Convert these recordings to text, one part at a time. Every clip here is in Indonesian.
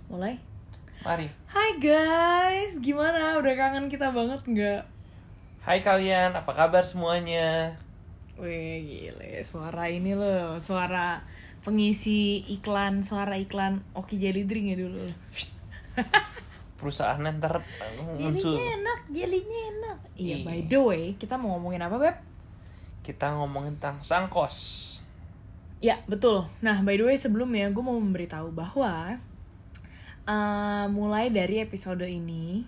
Mulai? Mari. Hai guys, gimana? Udah kangen kita banget nggak? Hai kalian, apa kabar semuanya? Wih gile, suara ini loh, suara pengisi iklan, suara iklan Oki Jelly Drink ya dulu. Perusahaan ntar muncul. Jelinya enak. Iya, Iya. by the way, kita mau ngomongin apa, Beb? Kita ngomongin tentang sangkos. Ya, betul. Nah, by the way, sebelumnya gue mau memberitahu bahwa mulai dari episode ini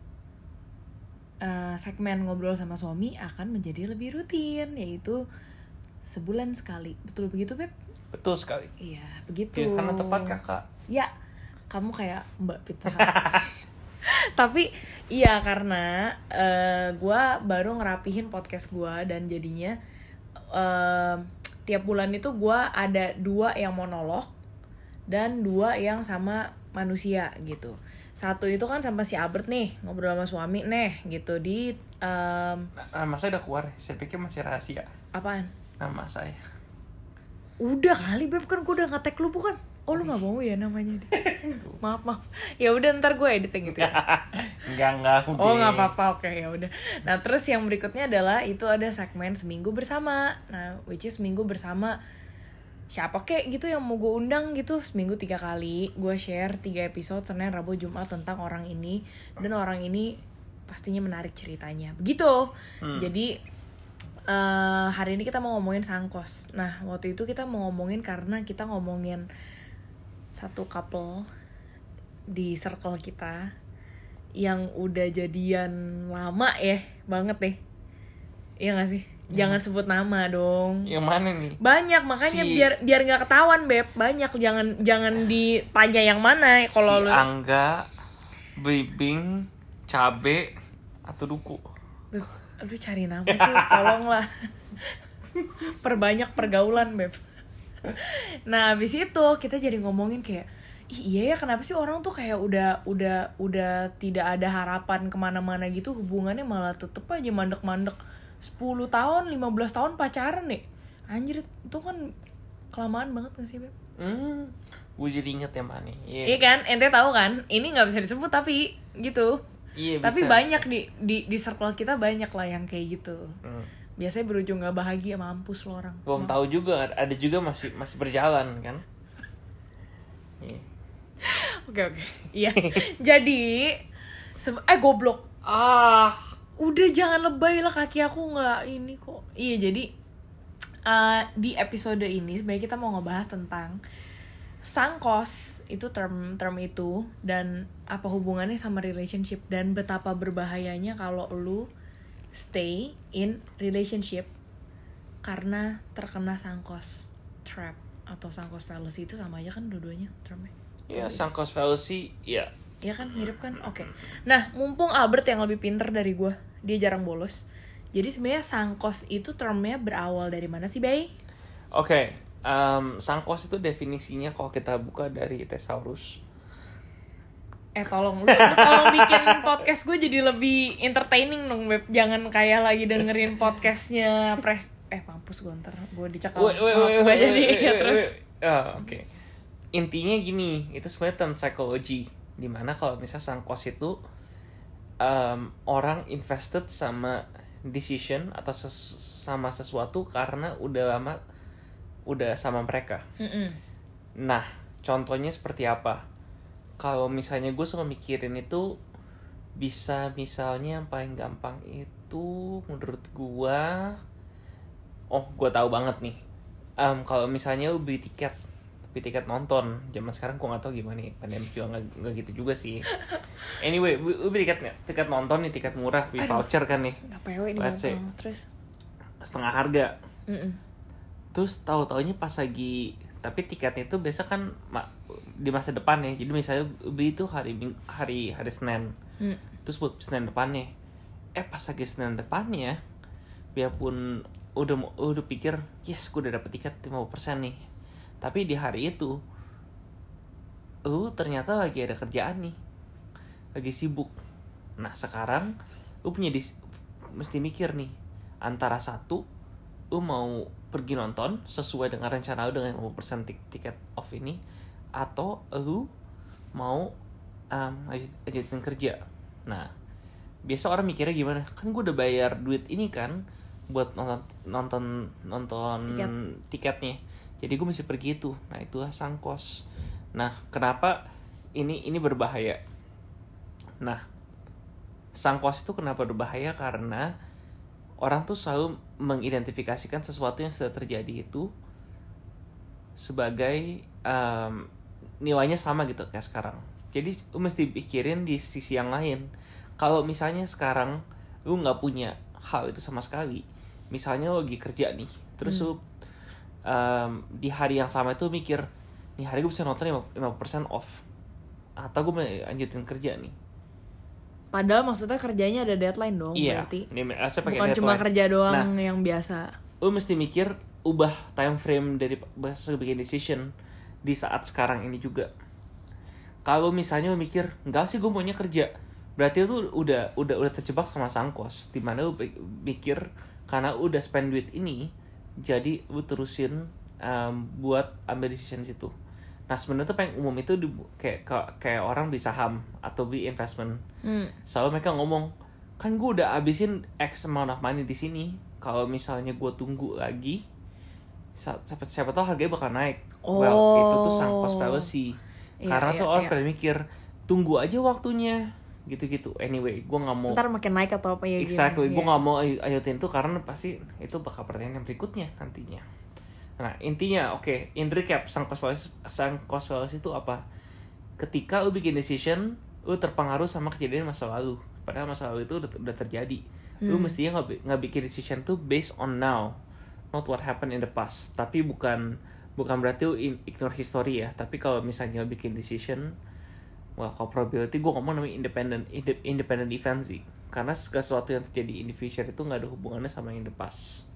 segmen ngobrol sama suami akan menjadi lebih rutin, yaitu sebulan sekali. Betul begitu, Beb? Betul sekali. Iya, begitu. Ya, karena tepat kakak. Ya, kamu kayak Mbak Pizza Hut. Tapi iya, karena gue baru ngerapihin podcast gue dan jadinya tiap bulan itu gue ada 2 yang monolog dan 2 yang sama manusia gitu. Satu itu kan sama si Albert nih, ngobrol sama suami nih gitu di Nama saya udah keluar, saya pikir masih rahasia. apaan? Nama saya. Udah kali, Beb, kan gue udah nge-tag lu bukan? Oh, lu gak mau ya namanya dia? Maaf. Ya udah, ntar gue edit gitu ya. Enggak udah. Oh, nggak apa-apa, oke, ya udah. Nah, terus yang berikutnya adalah itu ada segmen seminggu bersama. Nah, which is seminggu bersama siapa kek gitu yang mau gue undang gitu. Seminggu 3 kali gue share 3 episode Senin, Rabu, Jumat tentang orang ini. Dan orang ini pastinya menarik ceritanya. Begitu. Jadi hari ini kita mau ngomongin sangkos. Nah, waktu itu kita mau ngomongin karena kita ngomongin satu couple di circle kita yang udah jadian lama ya banget deh. Iya gak sih? Jangan sebut nama dong. Yang mana nih? Banyak, makanya biar nggak ketahuan, Beb. Banyak, jangan ditanya yang mana kalau si lu. Angga, Bibing, Cabe, atau Duku. Beb, lu cari nama tuh, tolonglah. Perbanyak pergaulan, Beb. Nah, habis itu kita jadi ngomongin kayak, iya ya, kenapa sih orang tuh kayak udah tidak ada harapan kemana-mana gitu, hubungannya malah tetep aja mandek-mandek 10 tahun, 15 tahun pacaran nih. Anjir, itu kan kelamaan banget gak sih, Beb? Gue jadi inget yang mana. Iya kan, ente tahu kan, ini nggak bisa disebut tapi gitu. Iya, Tapi bisa, banyak di circle kita banyak lah yang kayak gitu. Biasanya berujung nggak bahagia, mampus lo orang. Belum tahu juga, ada juga masih berjalan kan. Iya. Oke. Iya. Jadi goblok. Udah, jangan lebay lah, kaki aku nggak ini kok. Iya, jadi di episode ini sebenarnya kita mau ngebahas tentang sangkos, itu term itu, dan apa hubungannya sama relationship, dan betapa berbahayanya kalau lu stay in relationship karena terkena sangkos trap atau sangkos fallacy. Itu sama aja kan dua-duanya termnya. Ya, sangkos fallacy, ya. Iya kan, mirip kan? Oke. Nah, mumpung Albert yang lebih pinter dari gue, dia jarang bolos. Jadi sebenarnya sangkos itu termnya berawal dari mana sih, Bay? Oke, sangkos itu definisinya kalau kita buka dari Thesaurus. Tolong lu tolong bikin podcast gue jadi lebih entertaining dong, Beb. Jangan kayak lagi dengerin podcastnya mampus gue, ntar gue dicakal. Gue jadi ya terus. Oke. Intinya gini, itu sebenarnya term psychology, dimana kalau misalnya sangkos itu orang invested sama decision atau sama sesuatu karena udah lama udah sama mereka. Nah, contohnya seperti apa? Kalau misalnya gue suka mikirin itu, bisa misalnya yang paling gampang itu menurut gue, gue tahu banget nih. Kalau misalnya lu beli tiket nonton, zaman sekarang gue nggak tahu gimana nih, pandemi juga nggak gitu juga sih. Anyway, lu beli tiket nonton nih, tiket murah, beli voucher kan nih. Nggak PW nih, terus setengah harga. Terus tahu-taunya pas lagi, tapi tiketnya itu biasa kan di masa depan ya. Jadi misalnya beli itu hari Senin. Terus buat Senin depannya. Pas lagi Senin depannya, biarpun udah pikir, yes, gue udah dapet tiket 50% nih. Tapi di hari itu ternyata lagi ada kerjaan nih. Lagi sibuk. Nah, sekarang mesti mikir nih, antara satu, mau pergi nonton sesuai dengan rencana lu dengan 50% tiket off ini, atau lu mau lanjutin kerja. Nah, biasa orang mikirnya gimana? Kan gue udah bayar duit ini kan buat nonton tiketnya. Jadi gue mesti pergi itu. Nah, itulah sang kos. Nah, kenapa ini berbahaya? Nah, sang kos itu kenapa berbahaya? Karena orang tuh selalu mengidentifikasikan sesuatu yang sudah terjadi itu sebagai nilainya sama gitu kayak sekarang. Jadi lu mesti pikirin di sisi yang lain. Kalau misalnya sekarang lu nggak punya hal itu sama sekali, misalnya lu lagi kerja nih, terus lu di hari yang sama itu mikir, nih hari gue bisa nonton 50% off, atau gue mau lanjutin kerja nih. Padahal maksudnya kerjanya ada deadline dong, iya, berarti bukan cuma kerja doang yang biasa. Lu mesti mikir ubah time frame dari bikin decision di saat sekarang ini juga. Kalau misalnya lu mikir enggak sih gue maunya kerja, berarti lu udah terjebak sama sang kos, dimana lu mikir karena udah spend duit ini, jadi lu terusin buat ambil decision situ. Nah, sebenarnya tuh paling umum itu kayak orang beli saham atau beli investment. Selalu mereka ngomong, kan gue udah abisin X amount of money di sini. Kalau misalnya gue tunggu lagi, siapa tahu harganya bakal naik. Well, itu tuh sunk cost fallacy. Karena tuh orang pada mikir, tunggu aja waktunya, gitu-gitu. Anyway, gue nggak mau. Ntar makin naik atau apa ya? Exactly, gue nggak mau ayutin itu karena pasti itu bakal pertanyaan yang berikutnya nantinya. Nah, intinya in recap, sunk cost fallacy itu apa? Ketika lu bikin decision, lu terpengaruh sama kejadian masa lalu. Padahal masa lalu itu udah terjadi. Lu mestinya nggak bikin decision tuh based on now, not what happened in the past. Tapi bukan berarti lu ignore history ya. Tapi kalau misalnya lu bikin decision, kalau probability gue ngomong namanya independent event sih. Karena segala sesuatu yang terjadi in the future itu nggak ada hubungannya sama in the past.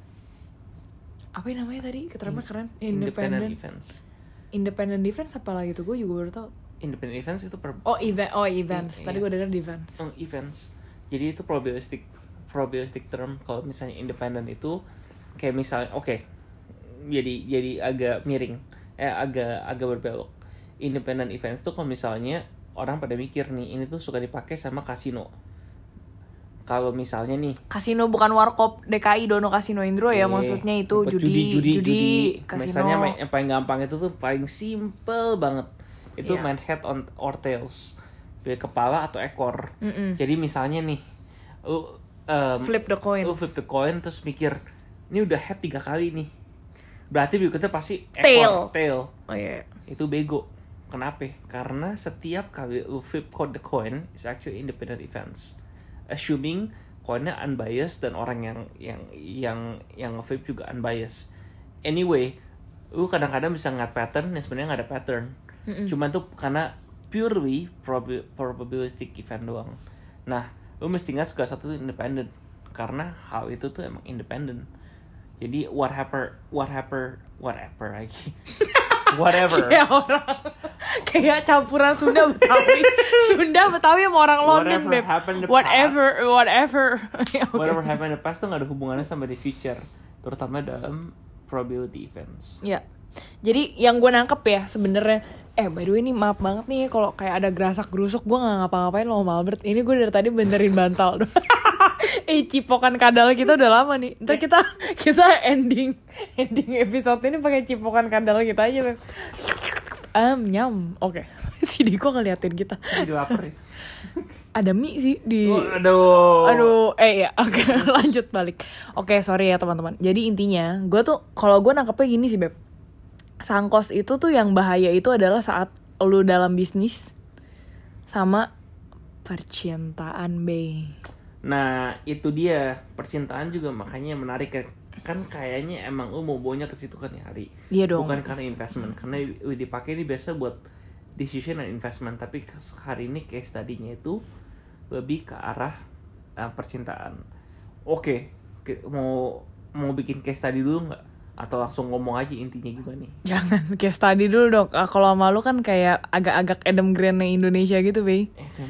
Apa yang namanya tadi? Keterangannya keren. Independent events. Independent defense apa lagi tuh? Gue juga baru tau. Independent events itu events. Tadi gue dengar defense. Events. Jadi itu probabilistic term. Kalau misalnya independent itu kayak misalnya jadi agak miring. Agak berbelok. Independent events tuh kalau misalnya orang pada mikir nih, ini tuh suka dipakai sama kasino. Kalau misalnya nih, kasino bukan Warkop DKI Dono Kasino Indro ya, maksudnya itu judi kasino. Misalnya yang paling gampang itu tuh paling simple banget. Itu main head or tails, pilih kepala atau ekor. Jadi misalnya nih, flip the coin terus mikir, ini udah head 3 kali nih, berarti berikutnya pasti ekor, tail. Oh iya. Itu bego. Kenapa? Karena setiap kali lu flip the coin is actually independent events. Assuming koinnya unbiased dan orang yang flip juga unbiased. Anyway, lu kadang-kadang bisa ngeliat pattern yang sebenarnya nggak ada pattern. Cuman tuh karena purely probabilistic event doang. Nah, lu mesti ingat segala satu independent karena hal itu tuh emang independent. Jadi whatever lagi. Whatever. Kayak orang kayak campuran Sunda Betawi sama orang London, Beb. Whatever. Whatever happened in the past tuh gak ada hubungannya sama the future, terutama dalam probability events. Ya. Jadi yang gue nangkep ya sebenarnya, by the way ini maaf banget nih kalau kayak ada gerasak-gerusuk, gue nggak ngapa-ngapain loh Albert. Ini gue dari tadi benerin bantal. Cipokan kadal kita udah lama nih. Ntar kita ending episode ini pakai cipokan kadal kita aja, Beb. Nyam. Oke. Si Diko ngeliatin kita. Jadi lapar ya. Ada mie sih di. Aduh. Ya. Oke, lanjut balik. Oke, sorry ya teman-teman. Jadi intinya, gue tuh kalau gue nangkepnya gini sih, Beb. Sangkos itu tuh yang bahaya itu adalah saat lu dalam bisnis sama percintaan, Be. Nah, itu dia. Percintaan juga makanya menarik kan kayaknya emang lu mau bawanya ke situ kan ya, Hari. Iya dong. Bukan karena investment, karena dipakai ini biasa buat decision dan investment, tapi hari ini case study-nya itu lebih ke arah percintaan. Oke, mau bikin case study dulu nggak? Atau langsung ngomong aja intinya gimana nih? Jangan case study dulu dong. Kalau malu kan kayak agak-agak Adam Grant Indonesia gitu, Be.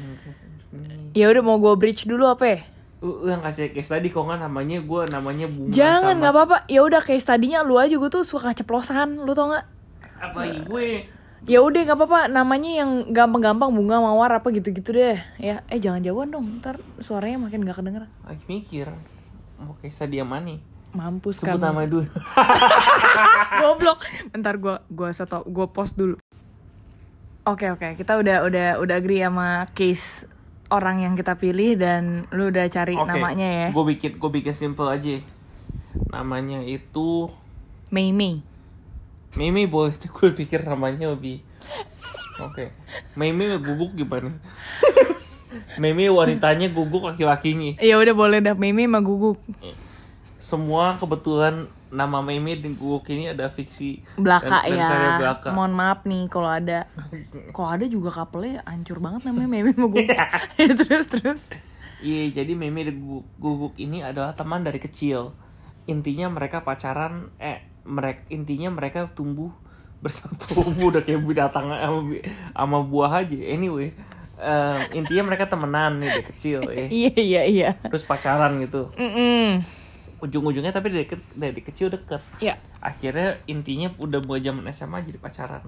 Ya udah, mau gue bridge dulu apa ya? Yang kasih case study kok nggak namanya Bunga. Jangan, nggak apa-apa. Ya udah case study-nya lu aja, gue tuh suka ceplosan, lu tau nggak? Apa gue? Ya udah nggak apa-apa, namanya yang gampang-gampang, Bunga Mawar apa gitu-gitu deh ya. Jangan jauhan dong, ntar suaranya makin nggak kedengeran. Lagi mikir mau kayak Sadia Mani. Mampus Sebut kan. nama dulu. Goblok. Bentar gue stop, gue post dulu. Oke, kita udah agree sama case orang yang kita pilih dan lu udah cari namanya ya. Gue bikin simple aja. Namanya itu Mei. Mimi boy, gue pikir namanya lebih. Oke. Mimi guguk gimana? Mimi wanitanya, guguk laki-lakinya. Ya udah boleh dah, Mei sama guguk. Semua kebetulan nama Mimi dan guguk ini ada fiksi belaka dan ya. karya belaka. Mohon maaf nih kalau ada. Kalau ada juga couple-nya hancur banget namanya Mei sama guguk. terus. Iya, jadi Mimi dan guguk ini adalah teman dari kecil. Intinya mereka pacaran, intinya mereka tumbuh bersatu. Udah kayak binatang sama buah aja. Anyway, intinya mereka temenan nih dari kecil ya. Iya. Terus pacaran gitu. Ujung-ujungnya tapi dari kecil deket. Iya. Akhirnya intinya udah mulai zaman SMA jadi pacaran.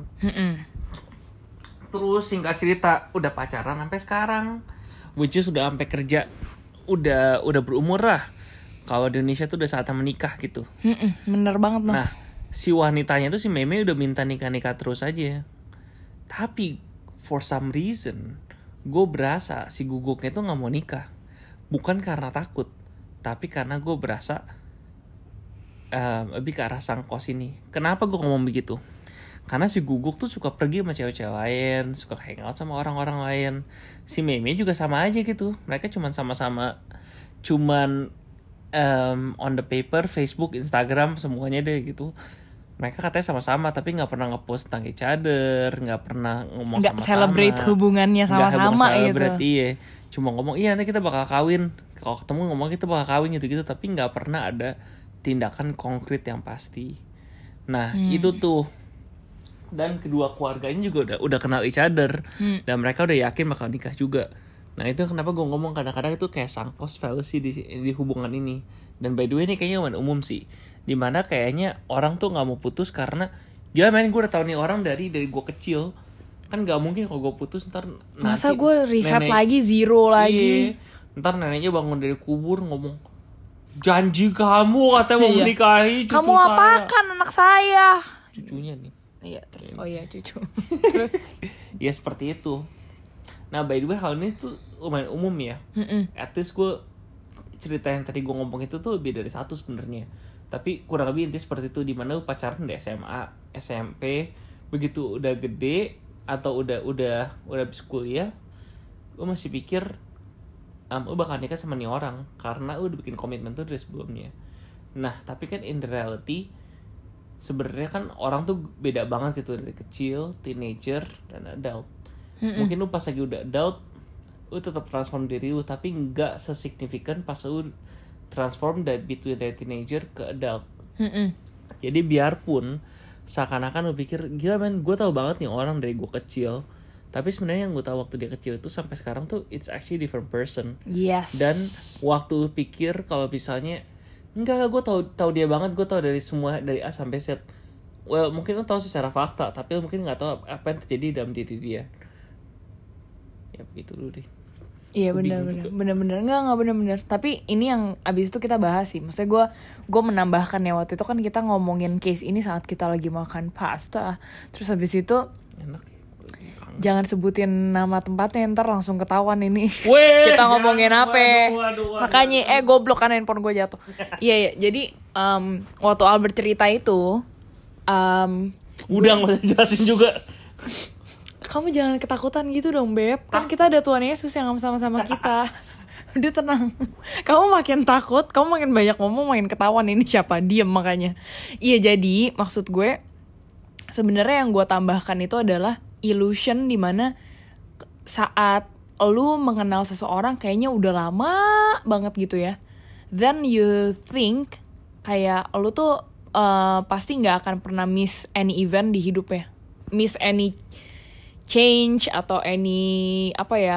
Terus singkat cerita udah pacaran sampai sekarang. Which is udah sampai kerja. Udah berumur lah. Kalau di Indonesia tuh udah saatnya menikah gitu. Bener banget loh. Nah, si wanitanya tuh si Meme udah minta nikah terus aja. Tapi for some reason gue berasa si guguknya tuh nggak mau nikah. Bukan karena takut, tapi karena gue berasa lebih ke arah sang kos ini. Kenapa gue ngomong begitu? Karena si guguk tuh suka pergi sama cewek-cewek lain, suka hangout sama orang-orang lain. Si Meme juga sama aja gitu. Mereka sama-sama on the paper, Facebook, Instagram, semuanya deh gitu. Mereka katanya sama-sama tapi nggak pernah ngepost tentang each other, nggak pernah ngomong nggak sama-sama, celebrate hubungannya sama-sama gitu. Iya, cuma ngomong iya nanti kita bakal kawin. Kalau ketemu ngomong kita bakal kawin gitu-gitu, tapi nggak pernah ada tindakan konkret yang pasti. Nah itu tuh. Dan kedua keluarganya juga udah kenal each other, dan mereka udah yakin bakal nikah juga. Nah itu kenapa gue ngomong kadang-kadang itu kayak sangkos fallacy di hubungan ini. Dan by the way ini kayaknya umum sih, dimana kayaknya orang tuh nggak mau putus karena gila men, gue udah tahu nih orang dari gue kecil. Kan nggak mungkin kalau gue putus ntar masa gue riset lagi zero lagi. Ntar neneknya bangun dari kubur ngomong janji kamu katanya mau menikahi cucu kamu apakan anak saya, cucunya nih. Iya terus oh iya cucu. Terus ya seperti itu. Nah by the way hal ini tuh lumayan umum ya. At least gue cerita yang tadi gue ngomong itu tuh lebih dari satu sebenarnya. Tapi kurang lebih inti seperti itu, dimana lu pacaran di SMA, SMP, begitu udah gede atau udah habis kuliah, lu masih pikir lu bakal nikah sama nih orang karena lu udah bikin komitmen tuh dari sebelumnya. Nah tapi kan in the reality sebenarnya kan orang tuh beda banget gitu dari kecil, teenager dan adult. Mungkin lu pas lagi udah adult lu tetap transform diri lu, tapi nggak sesignifikan pas lu transform dari between dari teenager ke adult. Jadi biarpun seakan-akan lu pikir gila men, gue tahu banget nih orang dari gue kecil, tapi sebenarnya yang gue tahu waktu dia kecil itu sampai sekarang tuh it's actually different person. Yes. Dan waktu lu pikir kalau misalnya enggak, gue tahu dia banget, gue tahu dari semua dari A sampai Z. Well mungkin lu tahu secara fakta, tapi lu mungkin nggak tahu apa yang terjadi dalam diri dia. Ya begitu dulu deh. Iya benar-benar nggak benar-benar. Tapi ini yang abis itu kita bahas sih. Maksudnya gue menambahkan ya, waktu itu kan kita ngomongin case ini saat kita lagi makan pasta. Terus abis itu Enak. jangan sebutin nama tempatnya, ntar langsung ketahuan ini. Weh, kita ngomongin apa? Waduh. Makanya goblok kan handphone gue jatuh. Iya. Jadi waktu Albert cerita itu, udah nggak usah jelasin juga. kamu jangan ketakutan gitu dong Beb. Kan kita ada Tuhan Yesus yang sama-sama kita. Udah tenang. Kamu makin takut, kamu makin banyak ngomong, makin ketahuan ini siapa. Diem makanya. Iya jadi maksud gue sebenarnya yang gue tambahkan itu adalah illusion, dimana saat lu mengenal seseorang kayaknya udah lama banget gitu ya. Then you think kayak lu tuh pasti gak akan pernah miss any event di hidupnya. Miss any change atau any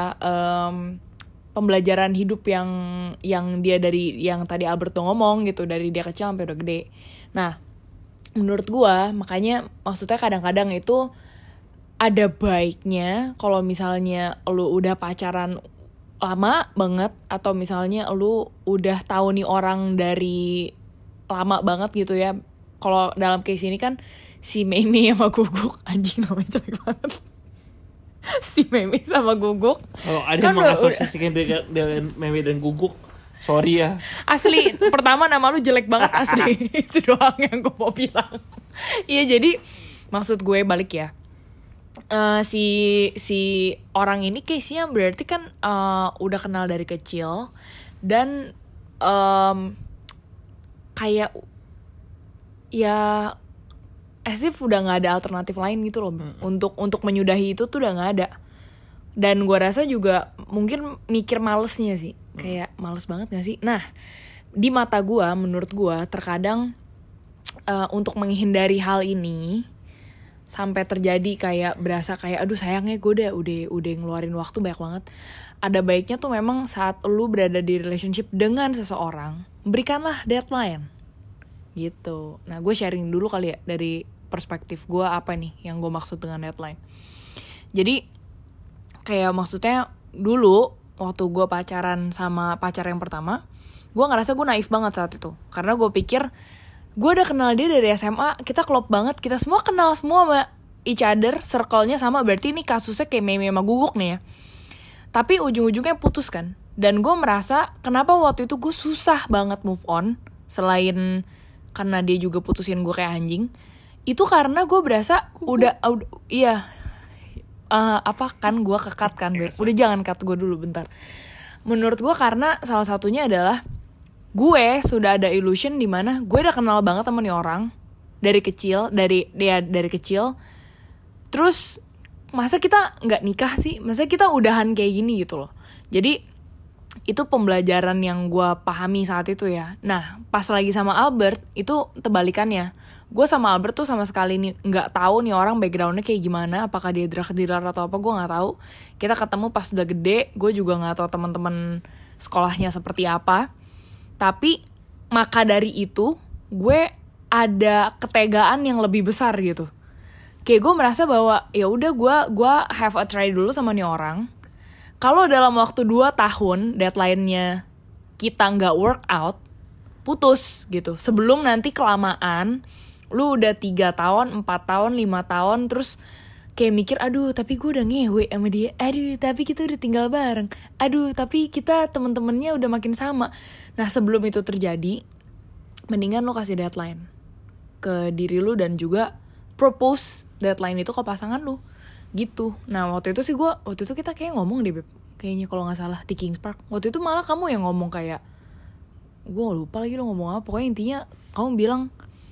pembelajaran hidup yang dia dari yang tadi Albert tuh ngomong gitu, dari dia kecil sampai udah gede. Nah, menurut gua makanya maksudnya kadang-kadang itu ada baiknya kalau misalnya lu udah pacaran lama banget, atau misalnya lu udah tahu nih orang dari lama banget gitu ya. Kalau dalam case ini kan si Meme sama Guguk, anjing namanya jelek banget. Si Meme sama Guguk. Kalau ada Kan yang mengasosiasikan dengan Meme dan Guguk, sorry ya. Asli, pertama nama lu jelek banget asli. Itu doang yang gue mau bilang. Iya, jadi maksud gue balik ya. Si orang ini case-nya berarti kan udah kenal dari kecil dan kayak ya as if udah nggak ada alternatif lain gitu loh. Untuk menyudahi itu tuh udah nggak ada. Dan gue rasa juga mungkin mikir malesnya sih, kayak males banget gak sih. Nah, di mata gue, menurut gue terkadang untuk menghindari hal ini sampai terjadi kayak berasa kayak aduh sayangnya gue udah ngeluarin waktu banyak banget. Ada baiknya tuh memang saat lu berada di relationship dengan seseorang, berikanlah deadline gitu. Nah, gue sharing dulu kali ya dari perspektif gue apa nih yang gue maksud dengan deadline. Jadi kayak maksudnya dulu waktu gue pacaran sama pacar yang pertama, gue ngerasa gue naif banget saat itu, karena gue pikir gue udah kenal dia dari SMA, kita klop banget, kita semua kenal semua sama each other, circle-nya sama, berarti ini kasusnya kayak Meme sama Guguk nih ya. Tapi ujung-ujungnya putus kan. Dan gue merasa kenapa waktu itu gue susah banget move on, selain karena dia juga putusin gue kayak anjing, itu karena gue berasa iya apa kan gue kekat kan, udah jangan cut gue dulu bentar. Menurut gue karena salah satunya adalah gue sudah ada illusion di mana gue udah kenal banget sama nih orang dari kecil, dari kecil. Terus masa kita nggak nikah sih? Masa kita udahan kayak gini gitu loh. Jadi itu pembelajaran yang gue pahami saat itu ya. Nah, pas lagi sama Albert itu terbalikannya. Gue sama Albert tuh sama sekali nih nggak tahu nih orang backgroundnya kayak gimana, apakah dia drug dealer atau apa, gue nggak tahu. Kita ketemu pas udah gede, gue juga nggak tahu teman-teman sekolahnya seperti apa. Tapi maka dari itu gue ada ketegaan yang lebih besar gitu. Kayak gue merasa bahwa ya udah gue have a try dulu sama nih orang. Kalau dalam waktu 2 tahun deadline-nya kita nggak work out, putus gitu. Sebelum nanti kelamaan, lu udah 3 tahun, 4 tahun, 5 tahun, terus kayak mikir, aduh tapi gue udah ngewe sama dia, aduh tapi kita udah tinggal bareng, aduh tapi kita temen-temennya udah makin sama. Nah, sebelum itu terjadi, mendingan lo kasih deadline ke diri lu dan juga propose deadline itu ke pasangan lu gitu. Nah, waktu itu kita kayak ngomong deh Beb, kayaknya kalau nggak salah di Kings Park. Waktu itu malah kamu yang ngomong kayak, gue lupa lagi lo ngomong apa, pokoknya intinya kamu bilang,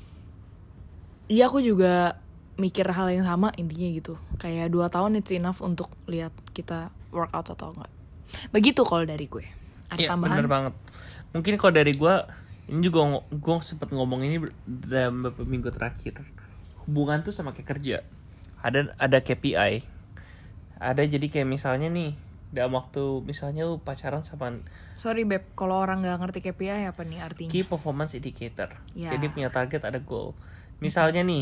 iya aku juga mikir hal yang sama, intinya gitu. Kayak 2 tahun it's enough untuk lihat kita work out atau enggak. Begitu kalau dari gue. Ada tambahan? Bener banget. Mungkin kalau dari gue, ini juga gue sempet ngomong ini dalam beberapa minggu terakhir. Hubungan tuh sama kayak kerja. Ada KPI. Ada, jadi kayak misalnya nih, dalam waktu misalnya lu pacaran sama, sorry Beb, kalau orang nggak ngerti KPI apa nih artinya? Key Performance Indicator. Ya. Jadi punya target, ada goal. Misalnya nih,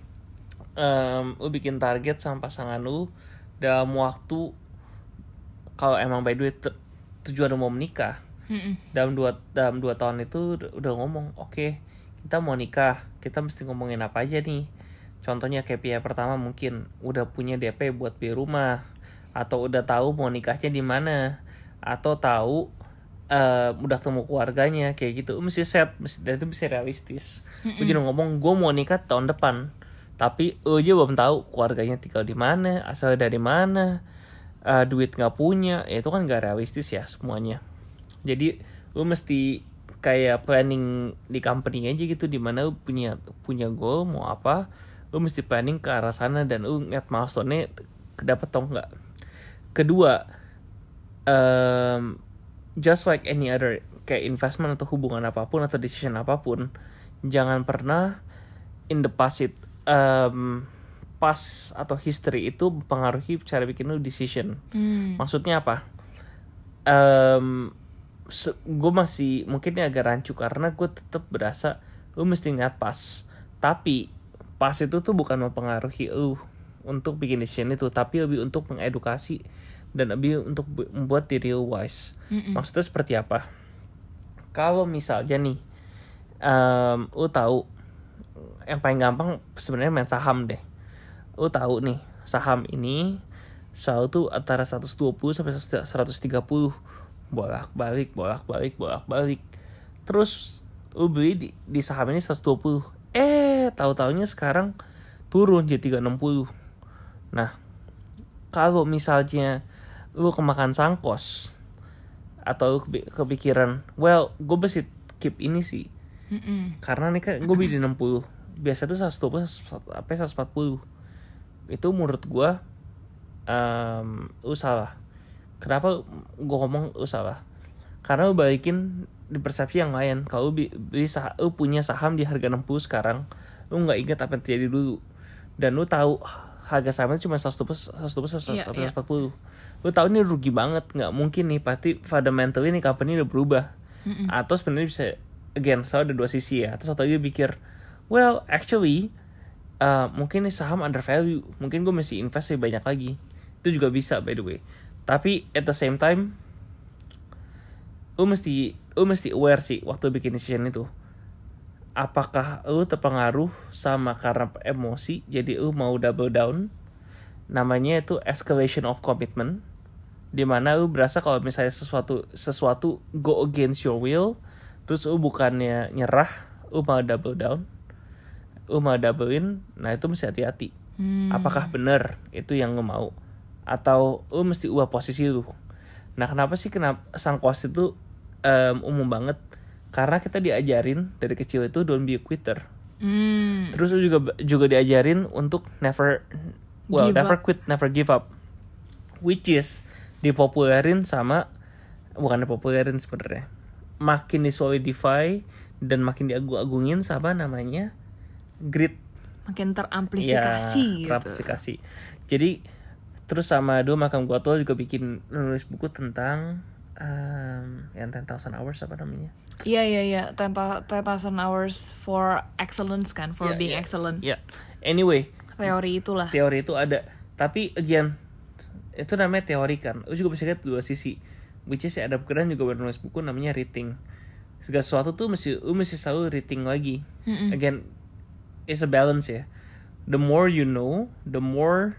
lu bikin target sama pasangan lu dalam waktu, kalau emang by the way tujuan lu mau menikah, dalam 2 tahun itu udah ngomong, oke, kita mau nikah, kita mesti ngomongin apa aja nih. Contohnya KPI pertama mungkin udah punya DP buat beli rumah, atau udah tahu mau nikahnya di mana, atau tahu udah ketemu keluarganya, kayak gitu. Mesti set, dan itu mesti realistis. Gue jadi ngomong gue mau nikah tahun depan, tapi aja belum tahu keluarganya tinggal di mana, asal dari mana, duit nggak punya, ya itu kan nggak realistis ya semuanya. Jadi lu mesti kayak planning di company aja gitu, dimana lu punya goal mau apa, lu mesti planning ke arah sana dan lu ngeliat milestone-nya kedapet atau enggak. Kedua, just like any other kayak investment atau hubungan apapun atau decision apapun, jangan pernah in the past past atau history itu mempengaruhi cara bikin lu decision. Maksudnya apa? Gue masih mungkin ini agak rancu karena gue tetap berasa lu mesti ingat pas, tapi pas itu tuh bukan mempengaruhi lu untuk bikin decision itu, tapi lebih untuk mengedukasi dan lebih untuk membuat diri wise. Maksudnya seperti apa? Kalau misalnya nih, lu tahu yang paling gampang sebenarnya main saham deh. Lu tahu nih saham ini selalu tuh antara 120 sampai 130 bolak-balik. Terus lu beli di saham ini 120. Tahu-taunya sekarang turun jadi 360. Nah, kalau misalnya lu kemakan sangkos atau lu kepikiran, well, gue mesti keep ini sih. Karena nih kan gue beli di 60. Biasa tuh 120 sampai 140. Itu menurut gue lu salah. Kenapa gue ngomong lu salah? Karena lu balikin di persepsi yang lain. Kalau lu punya saham di harga 60 sekarang, lu nggak ingat apa yang terjadi dulu, dan lu tahu harga sahamnya cuma 140. Lu tahu ini rugi banget, nggak mungkin nih, pasti fundamentally nih company udah berubah. Atau sebenarnya bisa, again, selalu ada dua sisi ya. Atau satu lagi pikir, well actually mungkin nih saham undervalue, mungkin gue mesti invest lebih banyak lagi. Itu juga bisa, by the way. Tapi at the same time, lu mesti aware sih waktu bikin decision itu. Apakah lu terpengaruh sama karena emosi, jadi lu mau double down? Namanya itu escalation of commitment, dimana lu berasa kalau misalnya sesuatu go against your will, terus lu bukannya nyerah, lu mau double down, lu mau doublein. Nah itu mesti hati-hati. Apakah benar itu yang lu mau, atau lu mesti ubah posisi lu. Nah kenapa sangkos itu umum banget? Karena kita diajarin dari kecil itu don't be a quitter. Terus lu juga diajarin untuk never quit, never give up, which is bukan dipopulerin sebenarnya, makin disolidify dan makin diagung-agungin sama namanya grit, makin teramplifikasi. Teramplifikasi. Jadi terus sama makam gua tua juga nulis buku tentang yang 10,000 hours apa namanya? Iya. 10,000 hours for excellence kan, for being excellent. Anyway, teori itu ada. Tapi again, itu namanya teori kan. Lu juga bisa lihat dua sisi. Which is Adam Grant juga baru nulis buku namanya Rating. Segala sesuatu tuh mesti selalu rating lagi. Again, it's a balance ya. The more you know, the more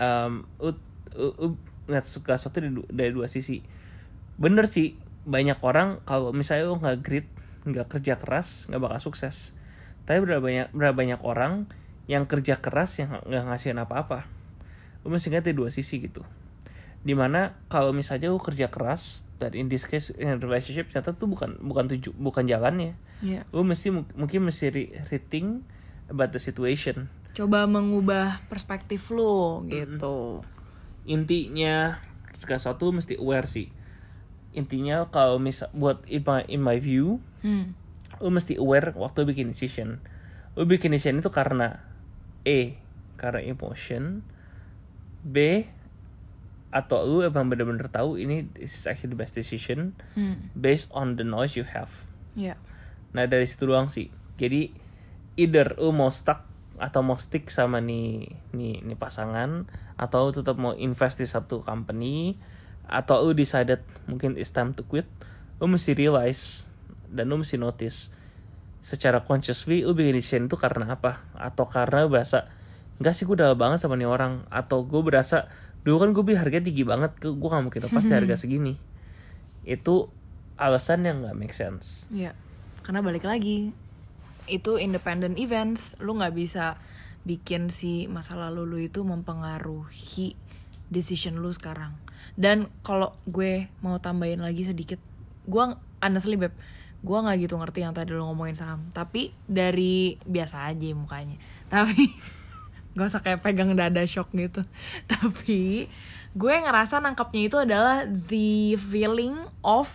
ngeliat segala sesuatu dari dua sisi. Bener sih, banyak orang kalau misalnya lo nggak grit, nggak kerja keras, nggak bakal sukses. Tapi berapa banyak orang yang kerja keras yang nggak ngasihin apa-apa. Lo mesti ngerti dua sisi gitu. Dimana kalau misalnya lo kerja keras, dan in this case in a relationship ternyata tuh bukan jalannya. Lo mungkin mesti rethink about the situation. Coba mengubah perspektif lo gitu. Intinya segala sesuatu mesti aware sih. Intinya kalau buat in my view, lu mesti aware waktu bikin decision. Lu bikin decision itu karena karena emotion, B, atau lu emang bener-bener tahu ini is actually the best decision based on the knowledge you have. Nah dari situ doang sih. Jadi either lu mau stuck atau mau stick sama nih pasangan, atau tetap mau invest di satu company, atau lu decided mungkin it's time to quit. Lu mesti realize dan lu mesti notice secara consciously lu bikin decision itu karena apa. Atau karena berasa enggak sih gue udah banget sama nih orang, atau gue berasa dulu kan gue beli harganya tinggi banget, gue gak mungkin lepas di harga segini. Itu alasan yang gak make sense. Karena balik lagi, itu independent events. Lu gak bisa bikin si masa lalu lu itu mempengaruhi decision lu sekarang. Dan kalau gue mau tambahin lagi sedikit, gue honestly beb, gue nggak gitu ngerti yang tadi lo ngomongin saham. Tapi dari biasa aja mukanya. Tapi gak usah kayak pegang dada shock gitu. Tapi gue ngerasa nangkapnya itu adalah the feeling of,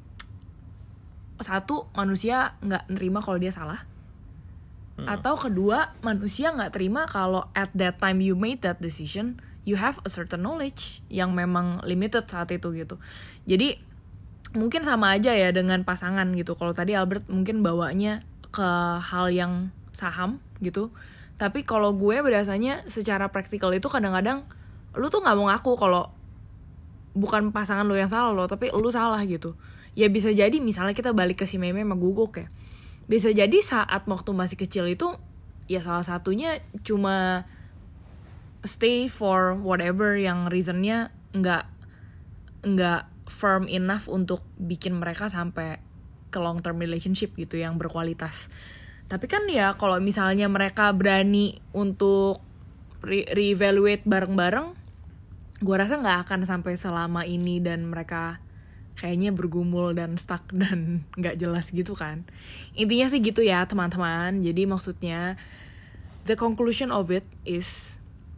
satu, manusia nggak nerima kalau dia salah. Atau kedua, manusia nggak terima kalau at that time you made that decision, you have a certain knowledge yang memang limited saat itu gitu. Jadi mungkin sama aja ya dengan pasangan gitu. Kalau tadi Albert mungkin bawanya ke hal yang saham gitu, Tapi kalau gue biasanya secara praktikal itu kadang-kadang lu tuh nggak mau ngaku kalau bukan pasangan lu yang salah lo, tapi lu salah gitu. Ya bisa jadi misalnya kita balik ke si Meme sama Guguk ya, bisa jadi saat waktu masih kecil itu ya salah satunya cuma stay for whatever yang reasonnya nggak firm enough untuk bikin mereka sampai ke long term relationship gitu yang berkualitas. Tapi kan ya kalau misalnya mereka berani untuk reevaluate bareng-bareng, gue rasa nggak akan sampai selama ini dan mereka kayaknya bergumul dan stuck dan nggak jelas gitu kan. Intinya sih gitu ya teman-teman. Jadi maksudnya the conclusion of it is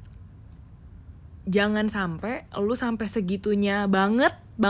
jangan sampai lu sampai segitunya banget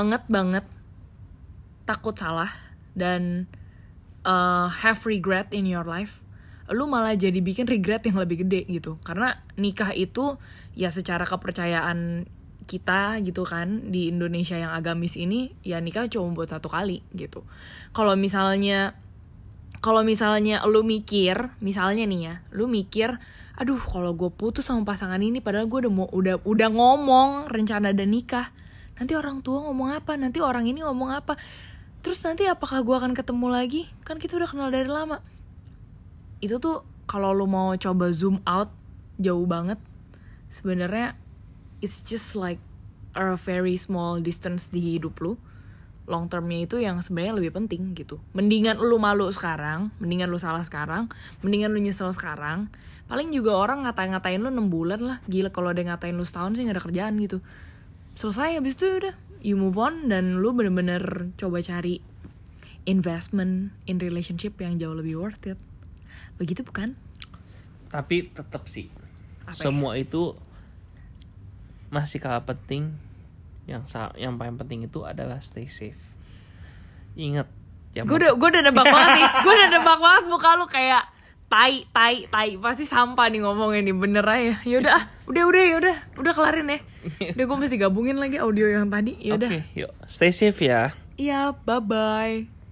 takut salah dan have regret in your life, lu malah jadi bikin regret yang lebih gede gitu. Karena nikah itu ya secara kepercayaan kita gitu kan di Indonesia yang agamis ini, ya nikah cuma buat 1 kali gitu. Kalau misalnya lu mikir, misalnya nih ya, lu mikir, aduh kalau gue putus sama pasangan ini padahal gue udah ngomong rencana dan nikah, nanti orang tua ngomong apa, nanti orang ini ngomong apa, terus nanti apakah gue akan ketemu lagi, kan kita udah kenal dari lama. Itu tuh kalau lu mau coba zoom out jauh banget, sebenarnya it's just like a very small distance di hidup lu. Long termnya itu yang sebenarnya lebih penting gitu. Mendingan lu malu sekarang, mendingan lu salah sekarang, mendingan lu nyesel sekarang. Paling juga orang ngatain lu 6 bulan lah. Gila kalau ada yang ngatain lu setahun sih gak ada kerjaan gitu. Selesai, habis itu udah you move on dan lu bener-bener coba cari investment in relationship yang jauh lebih worth it. Begitu bukan? Tapi tetap sih Apa semua itu masih kalah penting. Yang paling penting itu adalah stay safe. Ingat ya, gue udah nebak banget nih. Gue udah nebak banget muka lu kayak tai pasti sampah nih ngomongnya nih, bener aja. Yaudah udah kelarin ya. Udah gue masih gabungin lagi audio yang tadi. Yaudah. Oke, yuk stay safe ya. Iya, bye bye.